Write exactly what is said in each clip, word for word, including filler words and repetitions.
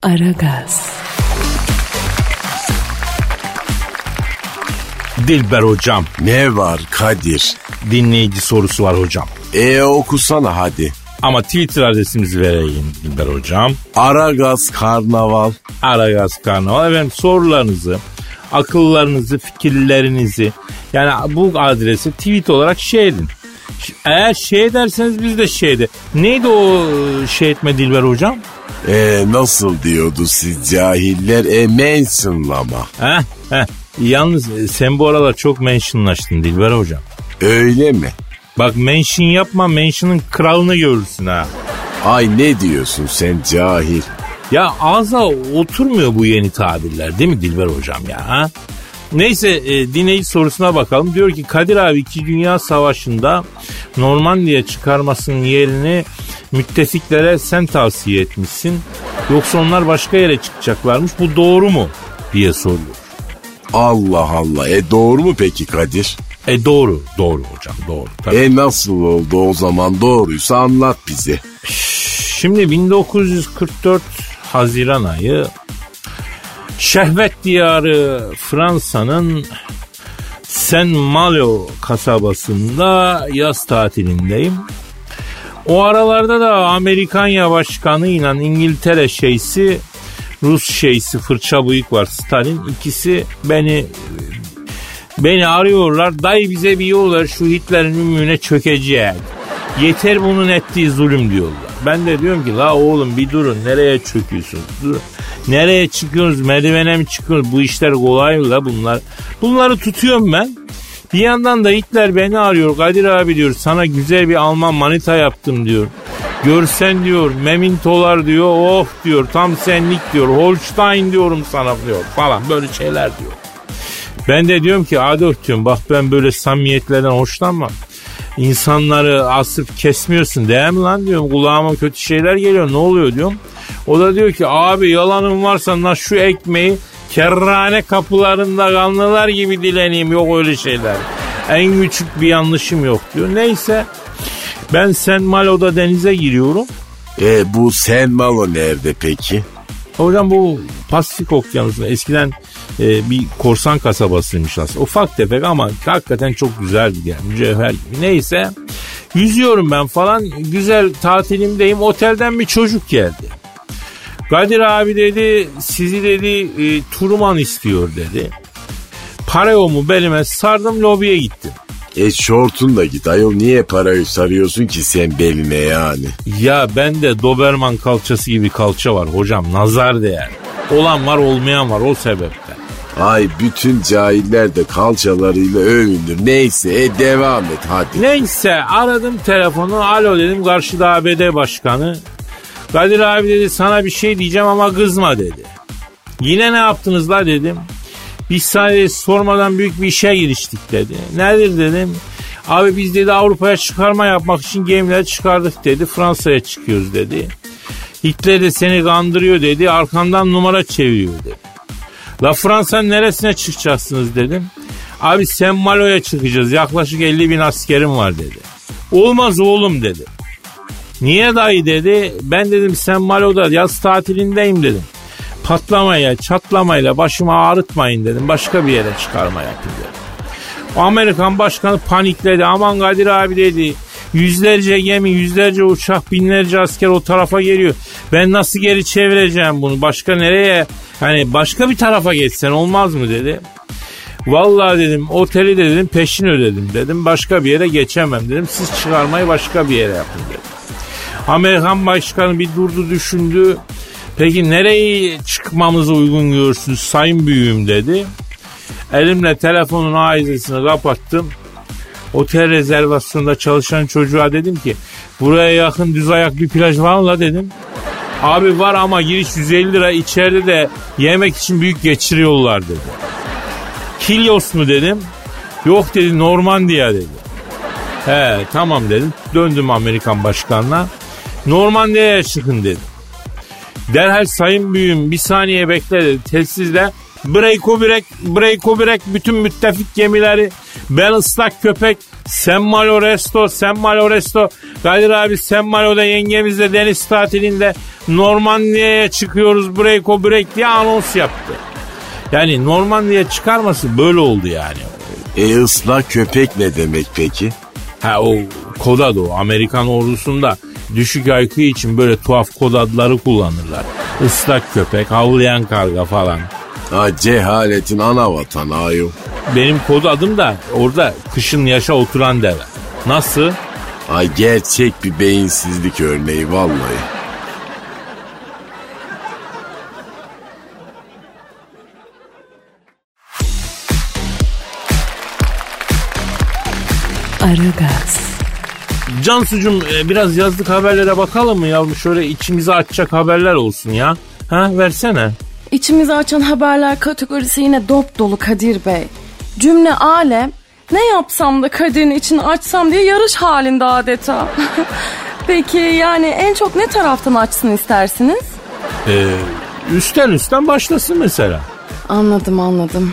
Aragaz. Dilber hocam. Ne var Kadir? Dinleyici sorusu var hocam. E okusana hadi. Ama Twitter adresimizi vereyim Dilber hocam. Aragaz Karnaval. Aragaz Karnaval. Efendim sorularınızı, akıllarınızı, fikirlerinizi yani bu adrese tweet olarak şey edin. Eğer şey ederseniz biz de şey de. Neydi o şey etme Dilber hocam? E nasıl diyordu siz cahiller? E mentionlama. Heh heh. Yalnız sen bu aralar çok mentionlaştın Dilber hocam. Öyle mi? Bak mention yapma, mention'ın kralını görürsün ha. Ay ne diyorsun sen cahil? Ya ağza oturmuyor bu yeni tabirler değil mi Dilber hocam ya? Ha? Neyse e, dinleyici sorusuna bakalım. Diyor ki Kadir abi iki Dünya Savaşı'nda Normandiya çıkarmasının yerini müttefiklere sen tavsiye etmişsin. Yoksa onlar başka yere çıkacaklarmış. Bu doğru mu? Diye soruyor. Allah Allah. E doğru mu peki Kadir? E doğru. Doğru hocam doğru. Tabii. E nasıl oldu o zaman, doğruysa anlat bize. Şimdi bin dokuz yüz kırk dört Haziran ayı şehvet diyarı Fransa'nın Saint-Malo kasabasında yaz tatilindeyim. O aralarda da Amerikanya başkanıyla İngiltere şeysi, Rus şeysi fırça bıyık var Stalin. İkisi beni beni arıyorlar. Dayı bize bir yol ver, şu Hitler'in ümüğüne çökeceğiz. Yeter bunun ettiği zulüm diyorlar. Ben de diyorum ki la oğlum bir durun, nereye çöküyorsunuz? Durun. Nereye çıkıyorsunuz? Merdivene mi çıkıyorsunuz? Bu işler kolay mı la bunlar? Bunları tutuyorum ben. Bir yandan da Hitler beni arıyor. Kadir abi diyor, sana güzel bir Alman manita yaptım diyor. Görsen diyor, memintolar diyor, oh diyor, tam senlik diyor, Holstein diyorum sana diyor falan, böyle şeyler diyor. Ben de diyorum ki Adolf diyorum, bak ben böyle samimiyetlerden hoşlanmam. İnsanları asıp kesmiyorsun değil mi lan diyorum, kulağıma kötü şeyler geliyor, ne oluyor diyorum. O da diyor ki abi yalanın varsa na şu ekmeği kerrane kapılarında kanlılar gibi dileneyim, yok öyle şeyler. En küçük bir yanlışım yok diyor. Neyse ben Saint-Malo'da denize giriyorum. E bu Saint-Malo nerede peki? Hocam bu Pasifik Okyanusu'nda eskiden e, bir korsan kasabasıymış aslında. Ufak tefek ama hakikaten çok güzel bir yer. Mücevher gibi. Neyse yüzüyorum ben falan. Güzel tatilimdeyim. Otelden bir çocuk geldi. Kadir abi dedi, sizi dedi e, Turman istiyor dedi. Pareomu belime sardım, lobiye gittim. E şortun da git ayol, niye parayı sarıyorsun ki sen beline yani? Ya bende Doberman kalçası gibi kalça var hocam, nazar değer. Olan var olmayan var o sebepten. Ay bütün cahiller de kalçalarıyla övünür. Neyse e devam et hadi. Neyse aradım telefonu, alo dedim, karşıda A B D başkanı. Kadir abi dedi, sana bir şey diyeceğim ama kızma dedi. Yine ne yaptınız la dedim. Biz sadece sormadan büyük bir işe giriştik dedi. Nedir dedim. Abi biz dedi Avrupa'ya çıkarma yapmak için gemileri çıkardık dedi. Fransa'ya çıkıyoruz dedi. Hitler de seni kandırıyor dedi. Arkandan numara çeviriyor dedi. La Fransa'nın neresine çıkacaksınız dedim. Abi Saint-Malo'ya çıkacağız. Yaklaşık elli bin askerim var dedi. Olmaz oğlum dedi. Niye dayı dedi. Ben dedim Saint-Malo'da yaz tatilindeyim dedim. Patlamayla, çatlamayla başımı ağrıtmayın dedim. Başka bir yere çıkarma yapın dedim. O Amerikan başkanı panikledi. Aman Kadir abi dedi. Yüzlerce gemi, yüzlerce uçak, binlerce asker o tarafa geliyor. Ben nasıl geri çevireceğim bunu? Başka nereye? Hani başka bir tarafa geçsen olmaz mı dedi. Vallahi dedim oteli de dedim peşin ödedim dedim. Başka bir yere geçemem dedim. Siz çıkarmayı başka bir yere yapın dedim. Amerikan başkanı bir durdu düşündü. Peki nereye çıkmamızı uygun görürsünüz sayın büyüğüm dedi. Elimle telefonun aizesini kapattım. Otel rezervasyonunda çalışan çocuğa dedim ki buraya yakın düz ayak bir plaj var mı la dedim. Abi var ama giriş yüz elli lira, içeride de yemek için büyük geçiriyorlar dedi. Kilyos mu dedim. Yok dedi, Normandiya dedi. He tamam dedim. Döndüm Amerikan başkanına. Normandiya'ya çıkın dedim. Derhal sayın büyüğüm bir saniye bekle dedi. Telsizle Breyko Brek, Breyko Brek bütün müttefik gemileri. Ben ıslak köpek. Sen Malo Resto, Sen Malo Resto. Kadir abi Sen Malo'da yengemizle deniz tatilinde Normandiya'ya çıkıyoruz Breyko Brek diye anons yaptı. Yani Normandiya çıkarması böyle oldu yani. E ıslak köpek ne demek peki? Ha o kod adı o. Amerikan ordusunda düşük I Q için böyle tuhaf kod adları kullanırlar. Islak köpek, havlayan karga falan. Ha cehaletin ana vatanı ayol. Benim kod adım da orada kışın yaşa oturan deve. Nasıl? Ay gerçek bir beyinsizlik örneği vallahi. Aragaz. Cansucuğum biraz yazlık haberlere bakalım mı yavrum? Şöyle içimizi açacak haberler olsun ya. Ha versene. İçimizi açan haberler kategorisi yine dop dolu Kadir Bey. Cümle alem ne yapsam da Kadir'in içini açsam diye yarış halinde adeta. Peki yani en çok ne taraftan açsın istersiniz? Ee, üstten üstten başlasın mesela. Anladım anladım.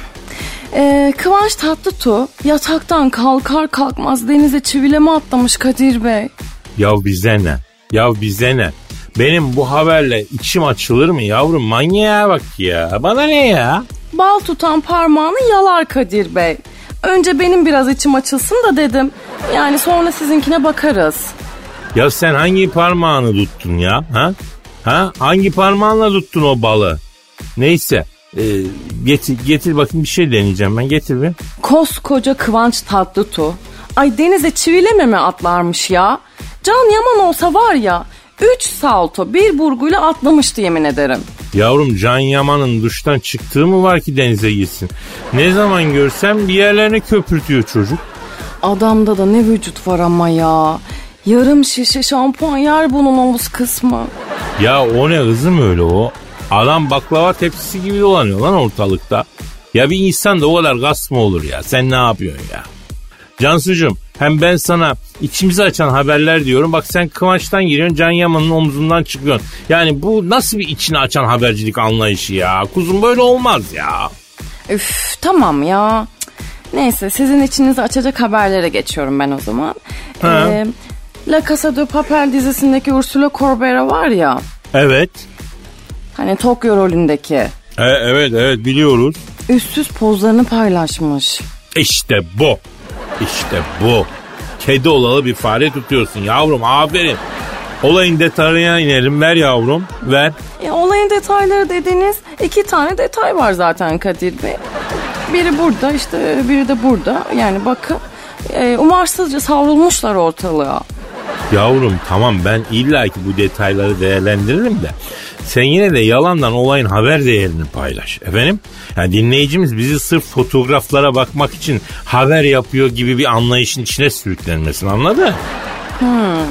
Ee, Kıvanç Tatlıtuğ yataktan kalkar kalkmaz denize çivileme atlamış Kadir Bey. Ya bize ne? Ya bize ne? Benim bu haberle içim açılır mı yavrum? Manyağa bak ya. Bana ne ya? Bal tutan parmağını yalar Kadir Bey. Önce benim biraz içim açılsın da dedim. Yani sonra sizinkine bakarız. Ya sen hangi parmağını tuttun ya? Ha? Ha? Hangi parmağınla tuttun o balı? Neyse. Ee, getir, getir bakayım bir şey deneyeceğim ben. Getir bir. Koskoca Kıvanç Tatlıtuğ. Ay denize çivileme mi atlarmış ya? Can Yaman olsa var ya... Üç salto bir burguyla atlamıştı yemin ederim. Yavrum Can Yaman'ın duştan çıktığı mı var ki denize girsin? Ne zaman görsem bir yerlerini köpürtüyor çocuk. Adamda da ne vücut var ama ya. Yarım şişe şampuan yer bunun omuz kısmı. Ya o ne kızım öyle o? Adam baklava tepsisi gibi dolanıyor lan ortalıkta. Ya bir insan da o kadar gaz mı olur ya? Sen ne yapıyorsun ya? Cansucuğum hem ben sana içimizi açan haberler diyorum. Bak sen Kıvanç'tan giriyorsun, Can Yaman'ın omzundan çıkıyorsun. Yani bu nasıl bir içini açan habercilik anlayışı ya? Kuzum böyle olmaz ya. Üf tamam ya. Neyse sizin içinizi açacak haberlere geçiyorum ben o zaman. Ee, La Casa de Papel dizisindeki Ursula Corberó var ya. Evet. Hani Tokyo rolündeki. E, evet evet biliyoruz. Üstsüz pozlarını paylaşmış. İşte bu. İşte bu. Kedi olalı bir fare tutuyorsun yavrum, aferin. Olayın detayına inelim, ver yavrum, ver. E, olayın detayları dediğiniz iki tane detay var zaten Kadir Bey. Biri burada işte, biri de burada. Yani bakın e, umarsızca savrulmuşlar ortalığa. Yavrum tamam ben illaki bu detayları değerlendiririm de sen yine de yalandan olayın haber değerini paylaş. Efendim? Yani dinleyicimiz bizi sırf fotoğraflara bakmak için haber yapıyor gibi bir anlayışın içine sürüklenmesin, anladın? Hmm.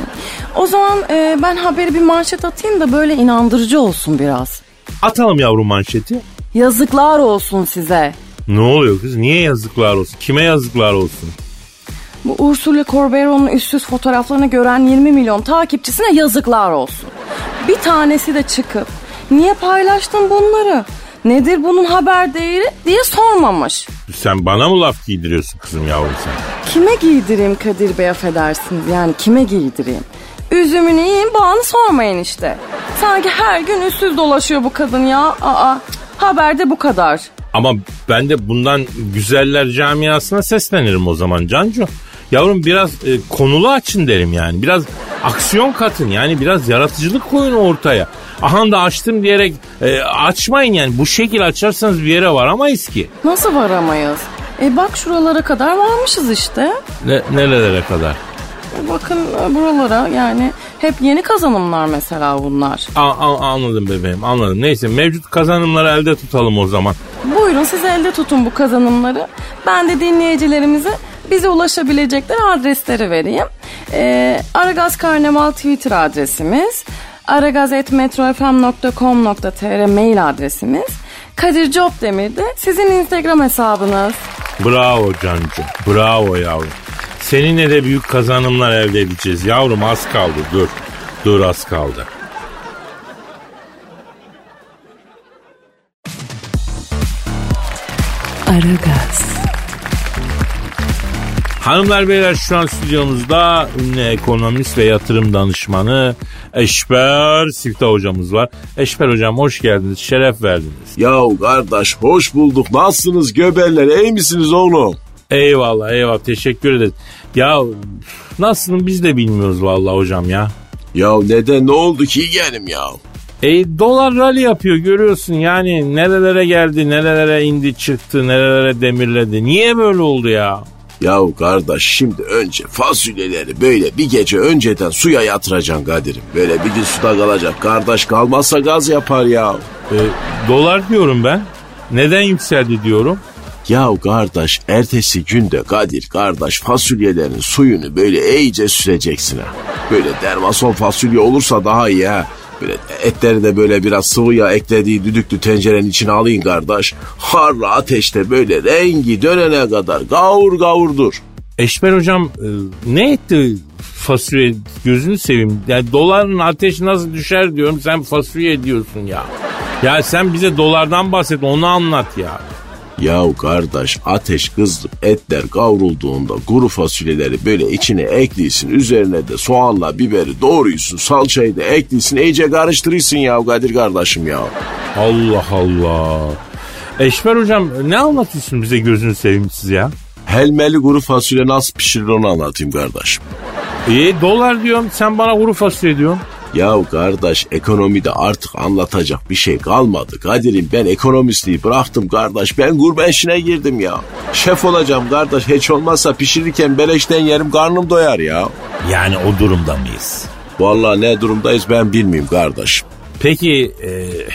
O zaman e, ben haberi bir manşet atayım da böyle inandırıcı olsun biraz. Atalım yavrum manşeti. Yazıklar olsun size. Ne oluyor kız? Niye yazıklar olsun? Kime yazıklar olsun? Bu Ursula Corberó'nun üstsüz fotoğraflarını gören yirmi milyon takipçisine yazıklar olsun. Bir tanesi de çıkıp niye paylaştın bunları? Nedir bunun haber değeri diye sormamış. Sen bana mı laf giydiriyorsun kızım yavrum sen? Kime giydireyim Kadir Bey affedersiniz, yani kime giydireyim? Üzümünü yiyin bağını sormayın işte. Sanki her gün üstsüz dolaşıyor bu kadın ya. Aa, haberde bu kadar. Ama ben de bundan güzeller camiasına seslenirim o zaman Cancu. Yavrum biraz e, konulu açın derim yani. Biraz aksiyon katın yani, biraz yaratıcılık koyun ortaya. Aha da açtım diyerek e, açmayın yani. Bu şekil açarsanız bir yere varamayız ki. Nasıl varamayız? E bak şuralara kadar varmışız işte. Ne, nerelere kadar? E bakın buralara, yani hep yeni kazanımlar mesela bunlar. A, a, anladım bebeğim, anladım. Neyse mevcut kazanımları elde tutalım o zaman. Buyurun siz elde tutun bu kazanımları. Ben de dinleyicilerimize bize ulaşabilecekleri adresleri vereyim. Ee, Aragaz Karnaval Twitter adresimiz. aragaz at metro f m nokta com nokta t r mail adresimiz. Kadir Copdemir de sizin Instagram hesabınız. Bravo Cancu, bravo yavrum. Seninle de büyük kazanımlar elde edeceğiz yavrum, az kaldı, dur. Dur az kaldı. Aragaz. Hanımlar beyler, şu an stüdyomuzda ünlü ekonomist ve yatırım danışmanı Eşber Siftah hocamız var. Eşber hocam hoş geldiniz, şeref verdiniz. Yahu kardeş hoş bulduk, nasılsınız göberler, iyi misiniz oğlum? Eyvallah eyvallah, teşekkür ederiz. Ya nasılsın biz de bilmiyoruz vallahi hocam ya. Ya neden, ne oldu ki yeğenim ya? E dolar rally yapıyor, görüyorsun yani, nerelere geldi, nerelere indi çıktı, nerelere demirledi. Niye böyle oldu ya? Yahu kardeş, şimdi önce fasulyeleri böyle bir gece önceden suya yatıracaksın Kadir'im. Böyle bir gün suda kalacak kardeş, kalmazsa gaz yapar ya. E, dolar diyorum ben. Neden yükseldi diyorum. Yahu kardeş, ertesi günde Kadir kardeş fasulyelerin suyunu böyle iyice süreceksin ha. Böyle dermason fasulye olursa daha iyi ha. Böyle etleri de böyle biraz sıvı yağ eklediği düdüklü tencerenin içine alayım kardeş. Harlı ateşte böyle rengi dönene kadar gavur gavurdur. Eşber hocam e, ne etti fasulye, gözünü seveyim. Yani doların ateşi nasıl düşer diyorum, sen fasulye diyorsun ya. Ya sen bize dolardan bahset, onu anlat ya. Yahu kardeş, ateş kızıp etler kavrulduğunda kuru fasulyeleri böyle içine ekliyorsun. Üzerine de soğanla biberi doğruyorsun. Salçayı da ekliyorsun. İyice karıştırıyorsun ya Kadir kardeşim ya. Allah Allah. Eşber hocam ne anlatıyorsun bize, gözünü seveyim siz ya? Helmeli kuru fasulye nasıl pişirilir onu anlatayım kardeşim. E dolar diyorum, sen bana kuru fasulye diyorsun. Yahu kardeş, ekonomide artık anlatacak bir şey kalmadı. Kadir'im, ben ekonomistliği bıraktım kardeş. Ben gurme işine girdim ya. Şef olacağım kardeş. Hiç olmazsa pişirirken beleşten yerim, karnım doyar ya. Yani o durumda mıyız? Vallahi ne durumdayız ben bilmiyorum kardeş. Peki e,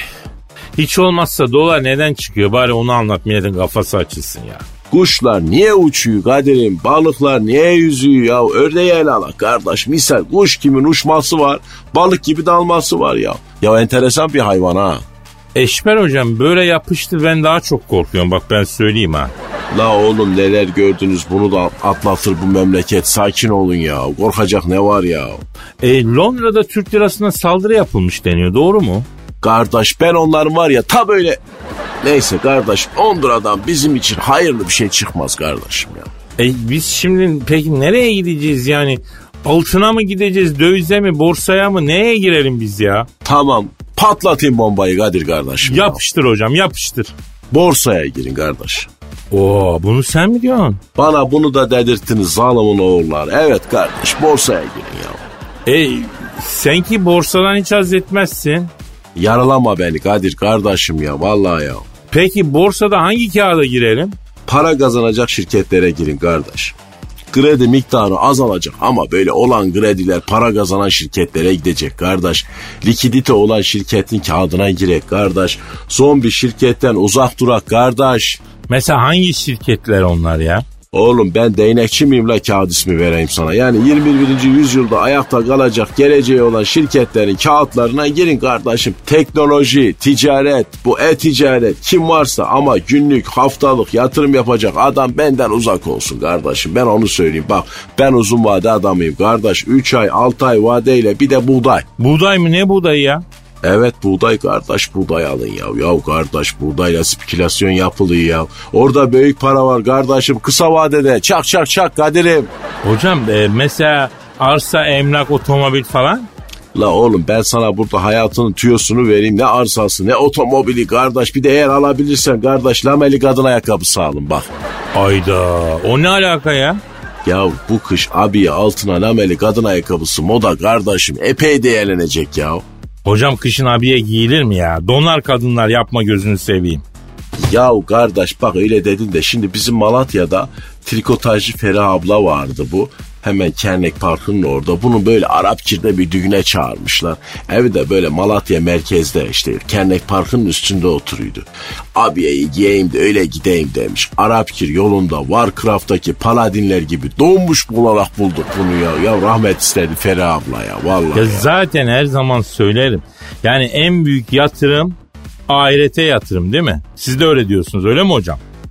hiç olmazsa dolar neden çıkıyor? Bari onu anlat, milletin kafası açılsın ya. Kuşlar niye uçuyor Kadir'im? Balıklar niye yüzüyor ya? Ördeği ele alak kardeş. Misal kuş kimin uçması var, balık gibi dalması var ya. Ya enteresan bir hayvan ha. Eşber hocam böyle yapıştı, ben daha çok korkuyorum, bak ben söyleyeyim ha. La oğlum, neler gördünüz, bunu da atlatır bu memleket, sakin olun ya. Korkacak ne var ya? E, Londra'da Türk lirasına saldırı yapılmış deniyor, doğru mu? Kardeş ben onların var ya ta böyle... Neyse kardeş, Londra'dan bizim için hayırlı bir şey çıkmaz kardeşim ya. E biz şimdi peki nereye gideceğiz yani? Altına mı gideceğiz, dövize mi, borsaya mı, neye girelim biz ya? Tamam, patlatayım bombayı Kadir kardeşim. Yapıştır ya. Hocam yapıştır. Borsaya girin kardeş. Oo, bunu sen mi diyorsun? Bana bunu da dedirttiniz zalimin oğullar. Evet kardeş, borsaya girin ya. E sen ki borsadan hiç haz etmezsin. Yaralama beni Kadir kardeşim ya, vallahi ya. Peki borsada hangi kağıda girelim? Para kazanacak şirketlere girin kardeş. Kredi miktarı azalacak ama böyle olan krediler para kazanan şirketlere gidecek kardeş. Likidite olan şirketin kağıdına girek kardeş. Zombi şirketten uzak durak kardeş. Mesela hangi şirketler onlar ya? Oğlum ben değnekçi miyim la, kağıt ismi vereyim sana. Yani yirmi birinci yüzyılda ayakta kalacak geleceği olan şirketlerin kağıtlarına girin kardeşim. Teknoloji, ticaret, bu e-ticaret kim varsa ama günlük, haftalık yatırım yapacak adam benden uzak olsun kardeşim. Ben onu söyleyeyim. Bak ben uzun vade adamıyım kardeş. üç ay altı ay vadeyle bir de buğday. Buğday mı, ne buğdayı ya? Evet buğday kardeş, buğday alın ya. Ya kardeş, buğdayla spekülasyon yapılıyor ya. Orada büyük para var kardeşim, kısa vadede çak çak çak Kadir'im. Hocam e, mesela arsa, emlak, otomobil falan? La oğlum ben sana burada hayatının tüyosunu vereyim. Ne arsası ne otomobili kardeş. Bir de eğer alabilirsen kardeş lameli kadın ayakkabısı alın bak. Ayda, o ne alaka ya? Ya bu kış abiye altına lameli kadın ayakkabısı moda kardeşim, epey değerlenecek ya. Hocam kışın abiye giyilir mi ya? Donar kadınlar, yapma gözünü seveyim. Yahu kardeş bak öyle dedin de şimdi bizim Malatya'da trikotajcı Ferah abla vardı bu. Hemen Kernek Parkı'nın orada. Bunu böyle Arapkir'de bir düğüne çağırmışlar. Evi de böyle Malatya merkezde, işte Kernek Parkı'nın üstünde oturuyordu. Abiyeyi giyeyim de öyle gideyim demiş. Arapkir yolunda Warcraft'taki paladinler gibi donmuş olarak bulduk bunu ya. Ya rahmet istedi Ferah abla ya vallahi ya. Ya. Zaten her zaman söylerim. Yani en büyük yatırım ahirete yatırım, değil mi? Siz de öyle diyorsunuz, öyle mi hocam?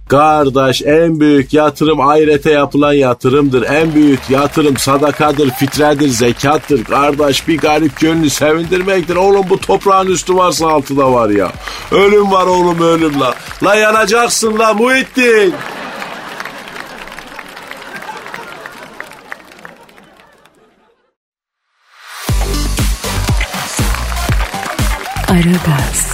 Kardeş en büyük yatırım ahirete yapılan yatırımdır. En büyük yatırım sadakadır, fitredir, zekattır. Kardeş bir garip gönlü sevindirmektir. Oğlum bu toprağın üstü varsa altı da var ya. Ölüm var oğlum ölüm la. La yanacaksın la Muhittin. Aragaz.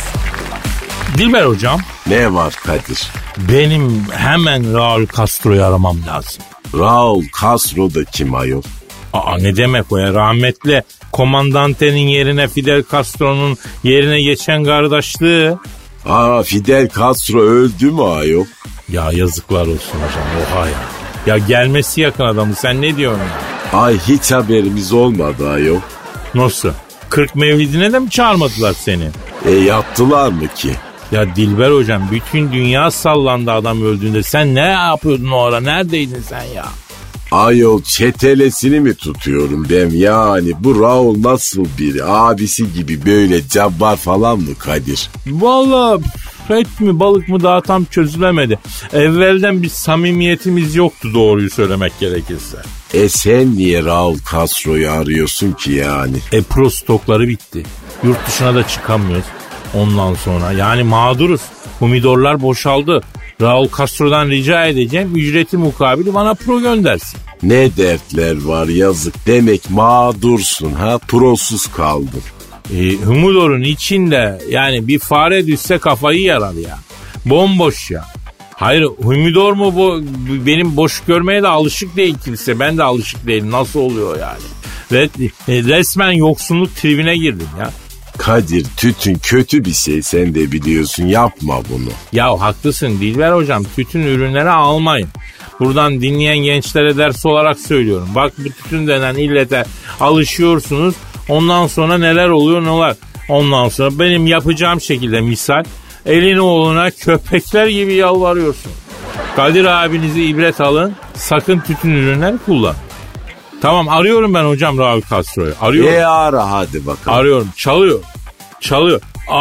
Dilber hocam. Ne var Kadir? Benim hemen Raul Castro'yu aramam lazım. Raul Castro da kim ayol? Aa ne demek o ya? Rahmetli komandantenin yerine Fidel Castro'nun yerine geçen kardeşliği. Aa Fidel Castro öldü mü ayol? Ya yazıklar olsun hocam oha ya. Ya gelmesi yakın adamı sen ne diyorsun ya? Ay hiç haberimiz olmadı ayol. Nasıl? kırk mevlidine de mi çağırmadılar seni? E yaptılar mı ki? Ya Dilber hocam bütün dünya sallandı adam öldüğünde. Sen ne yapıyordun o ara? Neredeydin sen ya? Ayol çetelesini mi tutuyorum ben yani? Bu Raul nasıl biri? Abisi gibi böyle cabbar falan mı Kadir? Vallahi et mi balık mı daha tam çözülemedi. Evvelden bir samimiyetimiz yoktu doğruyu söylemek gerekirse. E sen niye Raul Castro'yu arıyorsun ki yani? E pro stokları bitti. Yurt dışına da çıkamıyoruz. Ondan sonra yani mağduruz. Humidorlar boşaldı. Raul Castro'dan rica edeceğim ücreti mukabili bana pro göndersin. Ne dertler var yazık. Demek mağdursun ha, prosuz kaldın. E, humidorun içinde yani bir fare düşse kafayı yarar ya. Bomboş ya. Hayır humidor mu bu? Benim boş görmeye de alışık değil kimse. Ben de alışık değilim. Nasıl oluyor yani? Ve resmen yoksunluk tribine girdim ya. Kadir tütün kötü bir şey sen de biliyorsun yapma bunu. Ya haklısın Dilber hocam tütün ürünleri almayın. Buradan dinleyen gençlere ders olarak söylüyorum. Bak bu tütün denen illete alışıyorsunuz. Ondan sonra neler oluyor neler. Ondan sonra benim yapacağım şekilde misal elini oğluna köpekler gibi yalvarıyorsun. Kadir abinizi ibret alın. Sakın tütün ürünleri kullan. Tamam arıyorum ben hocam Raul Castro'yu. Arıyorum. E ara hadi bakalım. Arıyorum. Çalıyor. Çalıyor.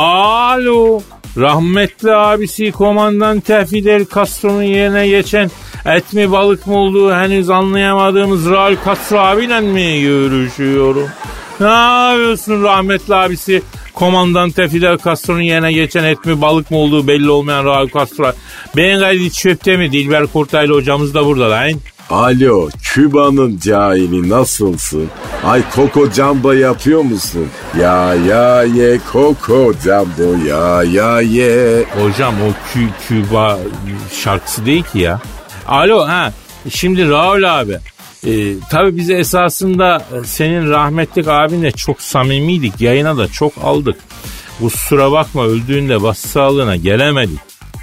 Alo. Rahmetli abisi komandante Fidel Castro'nun yerine geçen et mi balık mı olduğu henüz anlayamadığımız Raul Castro abiyle mi görüşüyorum? Ne yapıyorsun rahmetli abisi komandante Fidel Castro'nun yerine geçen et mi balık mı olduğu belli olmayan Raul Castro. Ben gayri çöpte mi? Dilber Kurtaylı hocamız da burada lan. Alo, Küba'nın cahili nasılsın? Ay Coco Jumbo yapıyor musun? Ya ya ye Coco Jumbo ya ya ye. Hocam o Kü Küba şarkısı değil ki ya. Alo ha şimdi Raul abi. Ee, tabii biz esasında senin rahmetlik abinle çok samimiydik. Yayına da çok aldık. Kusura bakma öldüğünde başsağlığına gelemedik.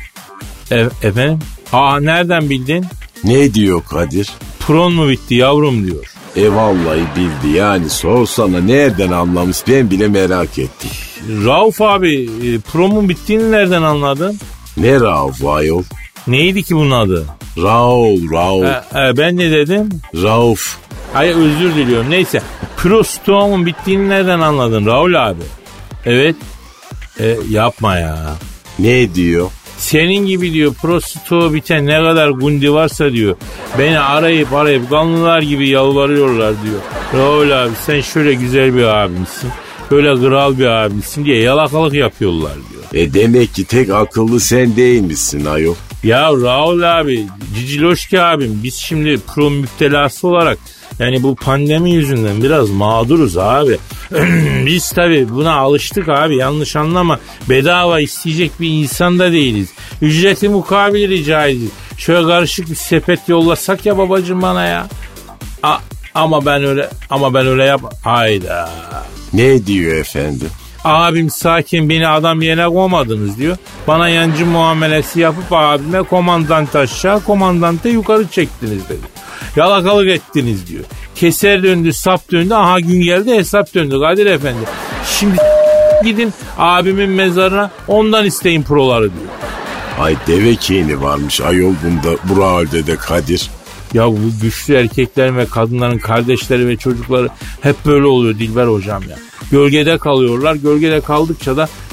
E, efendim? Aa nereden bildin? Ne diyor Kadir? Pron mu bitti yavrum diyor. E vallahi bildi yani sorsana nereden anlamış ben bile merak ettim. Rauf abi e, pronun bittiğini nereden anladın? Ne Rauf ayol? Neydi ki bunun adı? Raul Raul. E, e, ben ne dedim? Rauf. Hayır özür diliyorum neyse. Prostoğumun bittiğini nereden anladın Raul abi? Evet. E, yapma ya. Ne diyor? Senin gibi diyor prostoğu biten ne kadar gundi varsa diyor. Beni arayıp arayıp kanlılar gibi yalvarıyorlar diyor. Raul abi sen şöyle güzel bir abimsin. Böyle kral bir abimsin diye yalakalık yapıyorlar diyor. E demek ki tek akıllı sen değil misin ayol? Ya Raul abi, Ciciloşki abim biz şimdi pro müptelası olarak yani bu pandemi yüzünden biraz mağduruz abi. Biz tabii buna alıştık abi yanlış anlama. Bedava isteyecek bir insan da değiliz. Ücreti mukabil rica ediyoruz. Şöyle karışık bir sepet yollasak ya babacığım bana ya. A- ama ben öyle ama ben öyle yap. Hayda. Ne diyor efendim? Abim sakin beni adam yerine koymadınız diyor. Bana yancı muamelesi yapıp abime komandante aşağı komandante yukarı çektiniz dedi. Yalakalık ettiniz diyor. Keser döndü sap döndü aha gün geldi hesap döndü Kadir Efendi. Şimdi gidin abimin mezarına ondan isteyin proları diyor. Ay deve keyni varmış ayol bunda bu halde de Kadir. Ya bu güçlü erkeklerin ve kadınların kardeşleri ve çocukları hep böyle oluyor Dilber hocam ya. Gölgede kalıyorlar. Gölgede kaldıkça da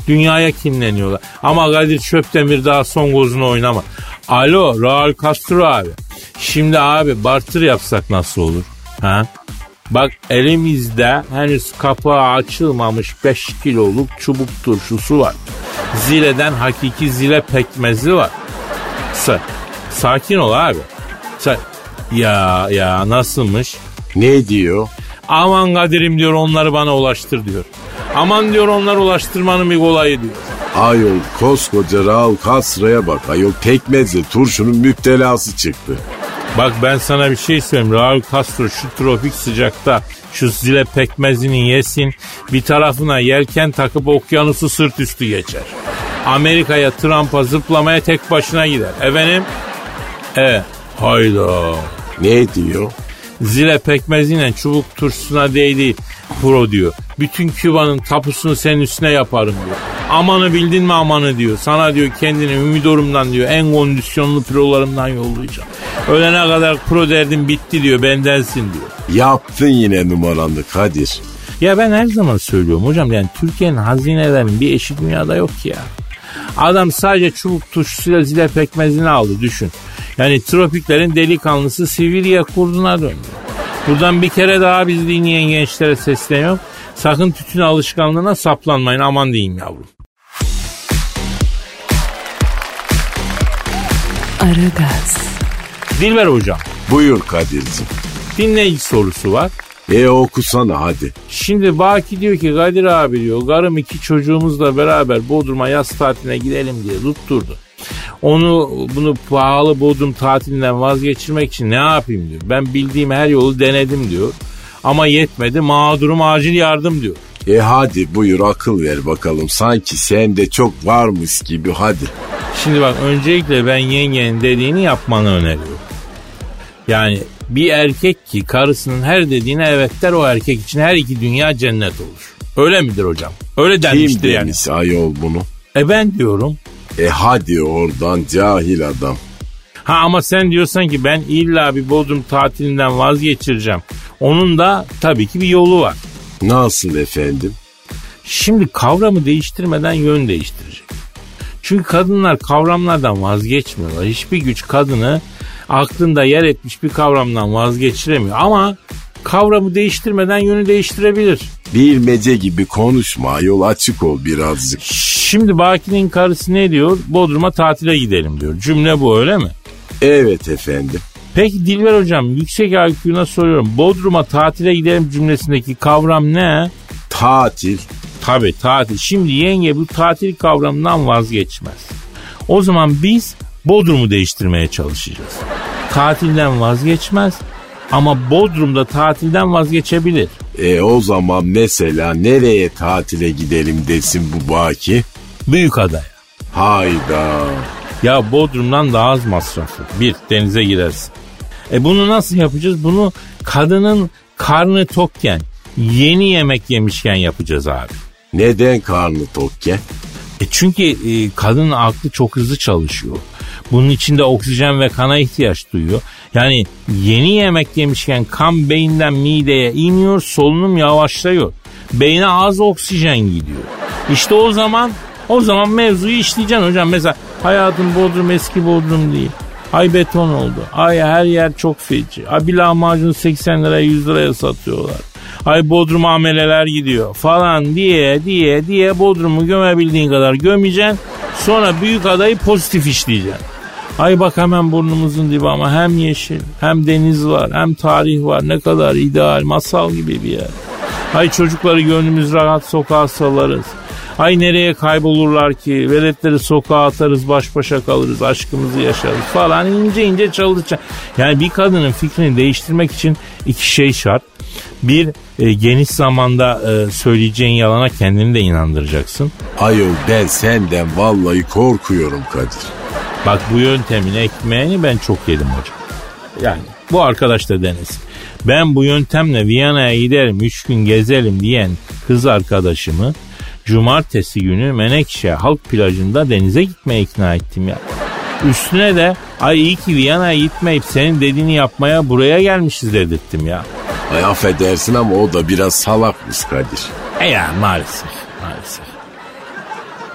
Dünyaya kinleniyorlar. Ama Kadir Çöptemir daha son gozunu oynama. Alo Raul Castro abi. Şimdi abi barter yapsak nasıl olur? Ha? Bak elimizde henüz kapağı açılmamış beş kiloluk çubuk turşusu var. Zile'den hakiki zile pekmezi var. Sa- sakin ol abi. Sa- ya ya nasılmış? Ne diyor? Aman Kadir'im diyor onları bana ulaştır diyor. Aman diyor onları ulaştırmanın bir kolayı diyor. Ayol koskoca Raul Castro'ya bak. Ayol pekmezle turşunun müptelası çıktı. Bak ben sana bir şey söyleyeyim. Raul Castro şu tropik sıcakta şu zile pekmezini yesin. Bir tarafına yelken takıp okyanusu sırt üstü geçer. Amerika'ya Trump'a zıplamaya tek başına gider. Efendim? Evet. Hayda. Ne diyor? Zile pekmeziyle çubuk turşusuna değdi pro diyor. Bütün Küba'nın tapusunu senin üstüne yaparım diyor. Amanı bildin mi amanı diyor. Sana diyor kendini Ümidorum'dan diyor en kondisyonlu prolarımdan yollayacağım. Ölene kadar pro derdim bitti diyor bendensin diyor. Yaptın yine numaranı Kadir. Ya ben her zaman söylüyorum hocam yani Türkiye'nin hazinelerinin bir eşi dünyada yok ki ya. Adam sadece çubuk turşusuyla zile pekmezini aldı düşün. Yani tropiklerin delikanlısı Sibirya kurduna döndü. Buradan bir kere daha bizi dinleyen gençlere sesleniyorum. Sakın tütün alışkanlığına saplanmayın aman diyeyim yavrum. Aragaz. Dilber hocam. Buyur Kadir'cim. Dinleyici sorusu var. E okusana hadi. Şimdi Baki diyor ki Kadir abi diyor karım iki çocuğumuzla beraber Bodrum'a yaz tatiline gidelim diye tutturdu. Onu bunu pahalı Bodrum tatilinden vazgeçirmek için ne yapayım diyor. Ben bildiğim her yolu denedim diyor. Ama yetmedi mağdurum acil yardım diyor. E hadi buyur akıl ver bakalım. Sanki sende çok varmış gibi hadi. Şimdi bak öncelikle ben yengenin dediğini yapmanı öneriyorum. Yani bir erkek ki karısının her dediğine evet der o erkek için her iki dünya cennet olur. Öyle midir hocam? Öyle denmiştir Kim yani. demiş ayol bunu? E ben diyorum. E hadi oradan cahil adam. Ha ama sen diyorsan ki ben illa bir Bodrum tatilinden vazgeçireceğim. Onun da tabii ki bir yolu var. Nasıl efendim? Şimdi kavramı değiştirmeden yön değiştirecek. Çünkü kadınlar kavramlardan vazgeçmiyorlar. Hiçbir güç kadını aklında yer etmiş bir kavramdan vazgeçiremiyor. Ama kavramı değiştirmeden yönü değiştirebilir. Bilmece gibi konuşma yol açık ol birazcık. Şimdi Baki'nin karısı ne diyor? Bodrum'a tatile gidelim diyor. Cümle bu öyle mi? Evet efendim. Peki Dilber hocam yüksek I Q'na soruyorum. Bodrum'a tatile gidelim cümlesindeki kavram ne? Tatil. Tabii tatil. Şimdi yenge bu tatil kavramından vazgeçmez. O zaman biz Bodrum'u değiştirmeye çalışacağız. Tatilden vazgeçmez ama Bodrum'da tatilden vazgeçebilir. E o zaman mesela nereye tatile gidelim desin bu Baki? Büyükada'ya. Hayda. Ya Bodrum'dan daha az masraflı. Bir, denize girersin. E bunu nasıl yapacağız? Bunu kadının karnı tokken, yeni yemek yemişken yapacağız abi. Neden karnı tokken? E çünkü e, kadının aklı çok hızlı çalışıyor. Bunun içinde oksijen ve kana ihtiyaç duyuyor. Yani yeni yemek yemişken kan beyinden mideye iniyor, solunum yavaşlıyor. Beyne az oksijen gidiyor. İşte o zaman o zaman mevzuyu işleyeceksin hocam. Mesela hayatım Bodrum eski Bodrum değil. Ay beton oldu. Ay her yer çok feci. Ay bir lahmacunu seksen liraya yüz liraya satıyorlar. Ay Bodrum ameleler gidiyor falan diye diye diye Bodrum'u gömebildiğin kadar gömeceksin. Sonra Büyükada'yı pozitif işleyeceksin. Ay bak hemen burnumuzun dibi ama hem yeşil hem deniz var hem tarih var. Ne kadar ideal, masal gibi bir yer. Ay çocukları gönlümüz rahat sokağa salarız. Ay nereye kaybolurlar ki? Veletleri sokağa atarız, baş başa kalırız, aşkımızı yaşarız falan ince ince çalışacak. Yani bir kadının fikrini değiştirmek için iki şey şart. Bir, e, geniş zamanda e, söyleyeceğin yalana kendini de inandıracaksın. Ayol ben senden vallahi korkuyorum Kadir. Bak bu yöntemin ekmeğini ben çok yedim hocam. Yani bu arkadaş da denesin. Ben bu yöntemle Viyana'ya giderim, üç gün gezelim diyen kız arkadaşımı cumartesi günü Menekşe halk plajında denize gitmeye ikna ettim ya. Üstüne de ay iyi ki Viyana'ya gitmeyip senin dediğini yapmaya buraya gelmişiz dedirttim ya. Ay affedersin ama o da biraz salakmış Kadir. E ya maalesef maalesef.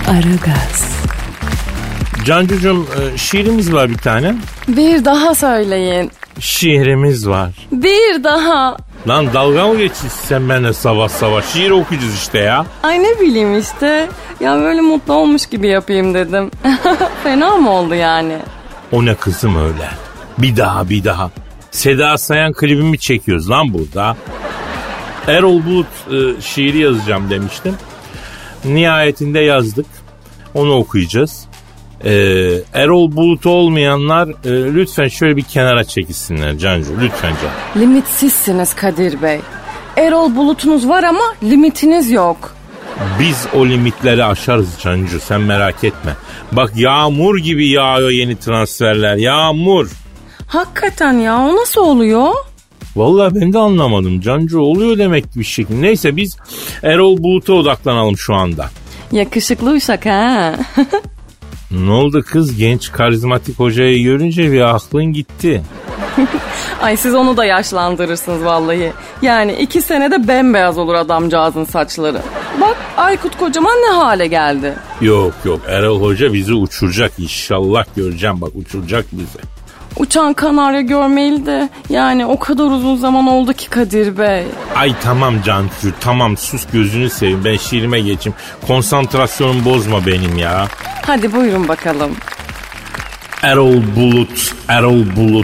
Aragaz. Cancucuğum şiirimiz var bir tane. Bir daha söyleyin. Şiirimiz var. Bir daha. Lan dalga mı geçiyorsun sen benimle sabah sabah? Şiir okuyacağız işte ya. Ay ne bileyim işte. Ya böyle mutlu olmuş gibi yapayım dedim. Fena mı oldu yani? O ne kızım öyle? Bir daha bir daha. Seda Sayan klibimi çekiyoruz lan burada. Erol Bulut e, şiiri yazacağım demiştim. Nihayetinde yazdık. Onu okuyacağız. Ee, Erol Bulut olmayanlar e, lütfen şöyle bir kenara çekilsinler Cancu. Lütfen can. Limitsizsiniz Kadir Bey. Erol Bulut'unuz var ama limitiniz yok. Biz o limitleri aşarız Cancu, sen merak etme. Bak yağmur gibi yağıyor yeni transferler. Yağmur. Hakikaten ya, o nasıl oluyor? Vallahi ben de anlamadım Cancu. Oluyor demek ki bir şekilde. Neyse biz Erol Bulut'a odaklanalım şu anda. Yakışıklı uşak ha. Ne oldu kız? Genç karizmatik hocayı görünce bir aklın gitti. Ay siz onu da yaşlandırırsınız vallahi. Yani iki senede bembeyaz olur adamcağızın saçları. Bak Aykut Kocaman ne hale geldi. Yok yok, Erol Hoca bizi uçuracak inşallah, göreceğim bak, uçuracak bizi. Uçan kanarya görmeyeli de yani o kadar uzun zaman oldu ki Kadir Bey. Ay tamam Cancu, tamam sus, gözünü seveyim, ben şiirime geçeyim. Konsantrasyonumu bozma benim ya. Hadi buyurun bakalım. Erol Bulut, Erol Bulut.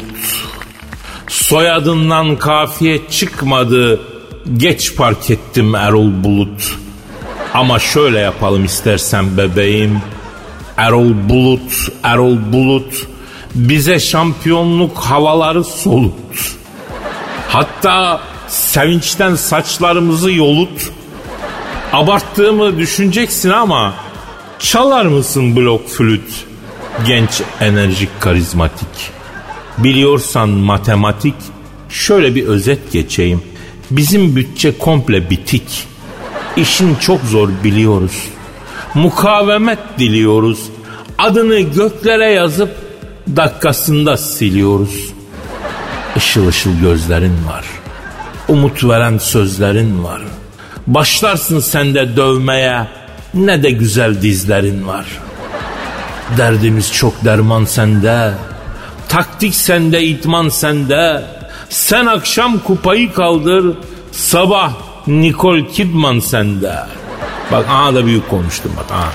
Soyadından kafiye çıkmadı, geç fark ettim Erol Bulut. Ama şöyle yapalım istersen bebeğim. Erol Bulut, Erol Bulut. Bize şampiyonluk havaları solut. Hatta sevinçten saçlarımızı yolut. Abarttığımı düşüneceksin ama çalar mısın blok flüt? Genç, enerjik, karizmatik. Biliyorsan matematik, şöyle bir özet geçeyim. Bizim bütçe komple bitik. İşin çok zor biliyoruz. Mukavemet diliyoruz. Adını göklere yazıp dakikasında siliyoruz. Işıl ışıl gözlerin var. Umut veren sözlerin var. Başlarsın sen de dövmeye, ne de güzel dizlerin var. Derdimiz çok, derman sende. Taktik sende, itman sende. Sen akşam kupayı kaldır, sabah Nicole Kidman sende. Bak aha da büyük konuştum bak aha.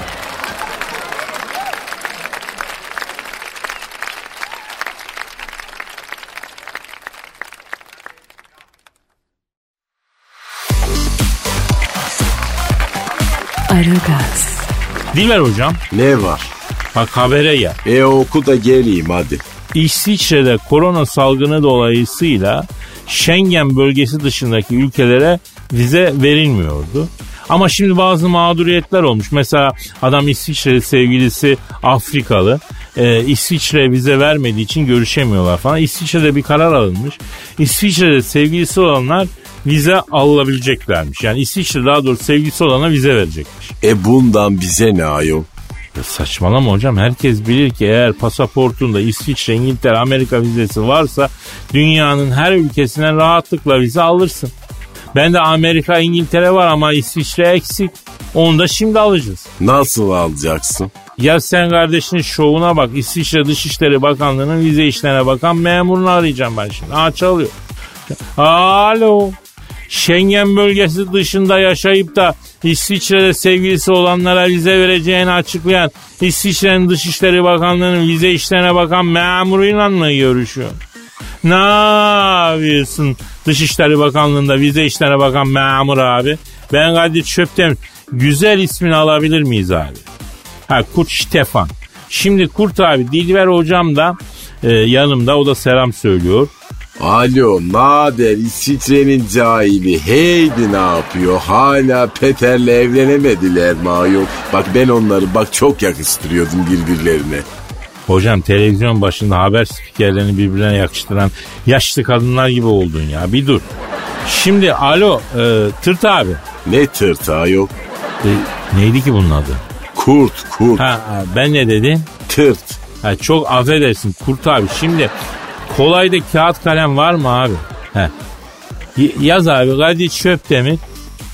Aragaz. Dilber hocam. Ne var? Bak habere ya. E oku da geleyim hadi. İsviçre'de korona salgını dolayısıyla Schengen bölgesi dışındaki ülkelere vize verilmiyordu. Ama şimdi bazı mağduriyetler olmuş. Mesela adam İsviçre'li sevgilisi Afrikalı. Ee, İsviçre'ye vize vermediği için görüşemiyorlar falan. İsviçre'de bir karar alınmış. İsviçre'de sevgilisi olanlar vize alınabileceklermiş. Yani İsviçre daha doğrusu sevgilisi olana vize verecekmiş. E bundan bize ne ayol? Ya saçmalama hocam, herkes bilir ki eğer pasaportunda İsviçre, İngiltere, Amerika vizesi varsa dünyanın her ülkesinden rahatlıkla vize alırsın. Ben de Amerika, İngiltere var ama İsviçre eksik. Onu da şimdi alacağız. Nasıl alacaksın? Ya sen kardeşinin şovuna bak. İsviçre Dışişleri Bakanlığı'nın vize işlerine bakan memurunu arayacağım ben şimdi. Aa çalıyor. Alo. Schengen bölgesi dışında yaşayıp da İsviçre'de sevgilisi olanlara vize vereceğini açıklayan İsviçre'nin Dışişleri Bakanlığı'nın vize işlerine bakan memuruyla mı görüşüyor? Ne yapıyorsun Dışişleri Bakanlığı'nda vize işlerine bakan memur abi? Ben Kadir Çöptemir. Güzel ismini alabilir miyiz abi? Ha, Kurt Stefan. Şimdi Kurt abi, Dilber hocam da e, yanımda, o da selam söylüyor. Alo, naber İsviçre'nin cahili, Heidi ne yapıyor? Hala Peter'le evlenemediler mi ayol? Bak ben onları bak çok yakıştırıyordum birbirlerine. Hocam televizyon başında haber spikerlerini birbirine yakıştıran yaşlı kadınlar gibi oldun ya, bir dur. Şimdi alo e, Tırt abi. Ne tırtı ayol? E, neydi ki bunun adı? Kurt, kurt. Ha, ben ne dedim? Tırt. Ha, çok affedersin Kurt abi. Şimdi kolayda kağıt kalem var mı abi? He. Y- yaz abi, Kadir Çöptemir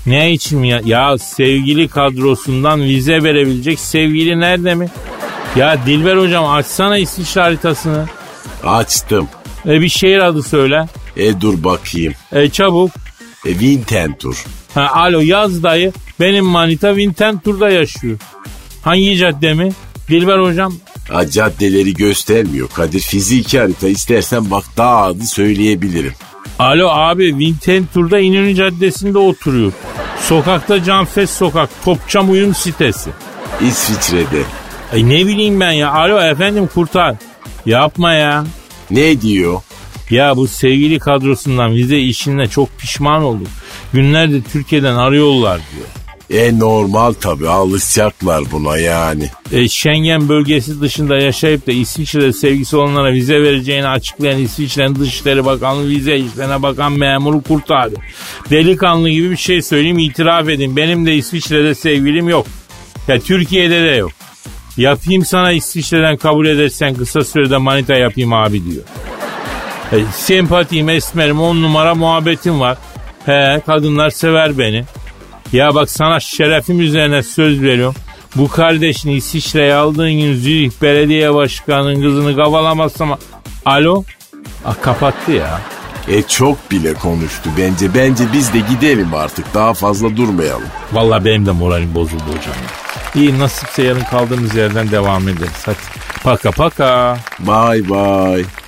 Ne için ya? Ya sevgili kadrosundan vize verebilecek sevgili nerede mi? Ya Dilber hocam açsana İsviçre haritasını. Açtım. E bir şehir adı söyle. E dur bakayım. E çabuk. E Winterthur. Ha, alo yaz dayı. Benim manita Winterthur'da yaşıyor. Hangi cadde mi? Dilber hocam. Ha, caddeleri göstermiyor Kadir. Fiziki harita istersen bak daha adı söyleyebilirim. Alo abi Winterthur'da İnönü Caddesi'nde oturuyor. Sokakta Canfes Sokak. Topçam uyum sitesi. İsviçre'de. E ne bileyim ben ya. Alo efendim kurtar. Yapma ya. Ne diyor? Ya bu sevgili kadrosundan vize işine çok pişman olduk. Günlerdir Türkiye'den arıyorlar diyor. E normal tabii, alışacaklar buna yani. E, Schengen bölgesi dışında yaşayıp da İsviçre'de sevgisi olanlara vize vereceğini açıklayan İsviçre'nin Dışişleri Bakanlığı vize işlerine bakan memuru kurtardı. Delikanlı gibi bir şey söyleyeyim, itiraf edin. Benim de İsviçre'de sevgilim yok. Ya Türkiye'de de yok. Yapayım sana, İsviçre'den kabul edersen kısa sürede manita yapayım abi diyor. E, sempatiyim, esmerim, on numara muhabbetim var. He, kadınlar sever beni. Ya bak sana şerefim üzerine söz veriyorum. Bu kardeşini İsviçre'ye aldığın gün Zürih Belediye Başkanı'nın kızını kavalamazsam... Alo? Ah, kapattı ya. E çok bile konuştu bence. Bence biz de gidelim artık. Daha fazla durmayalım. Vallahi benim de moralim bozuldu hocam. İyi, nasipse yarın kaldığımız yerden devam ederiz. Hadi paka paka. Bye bye.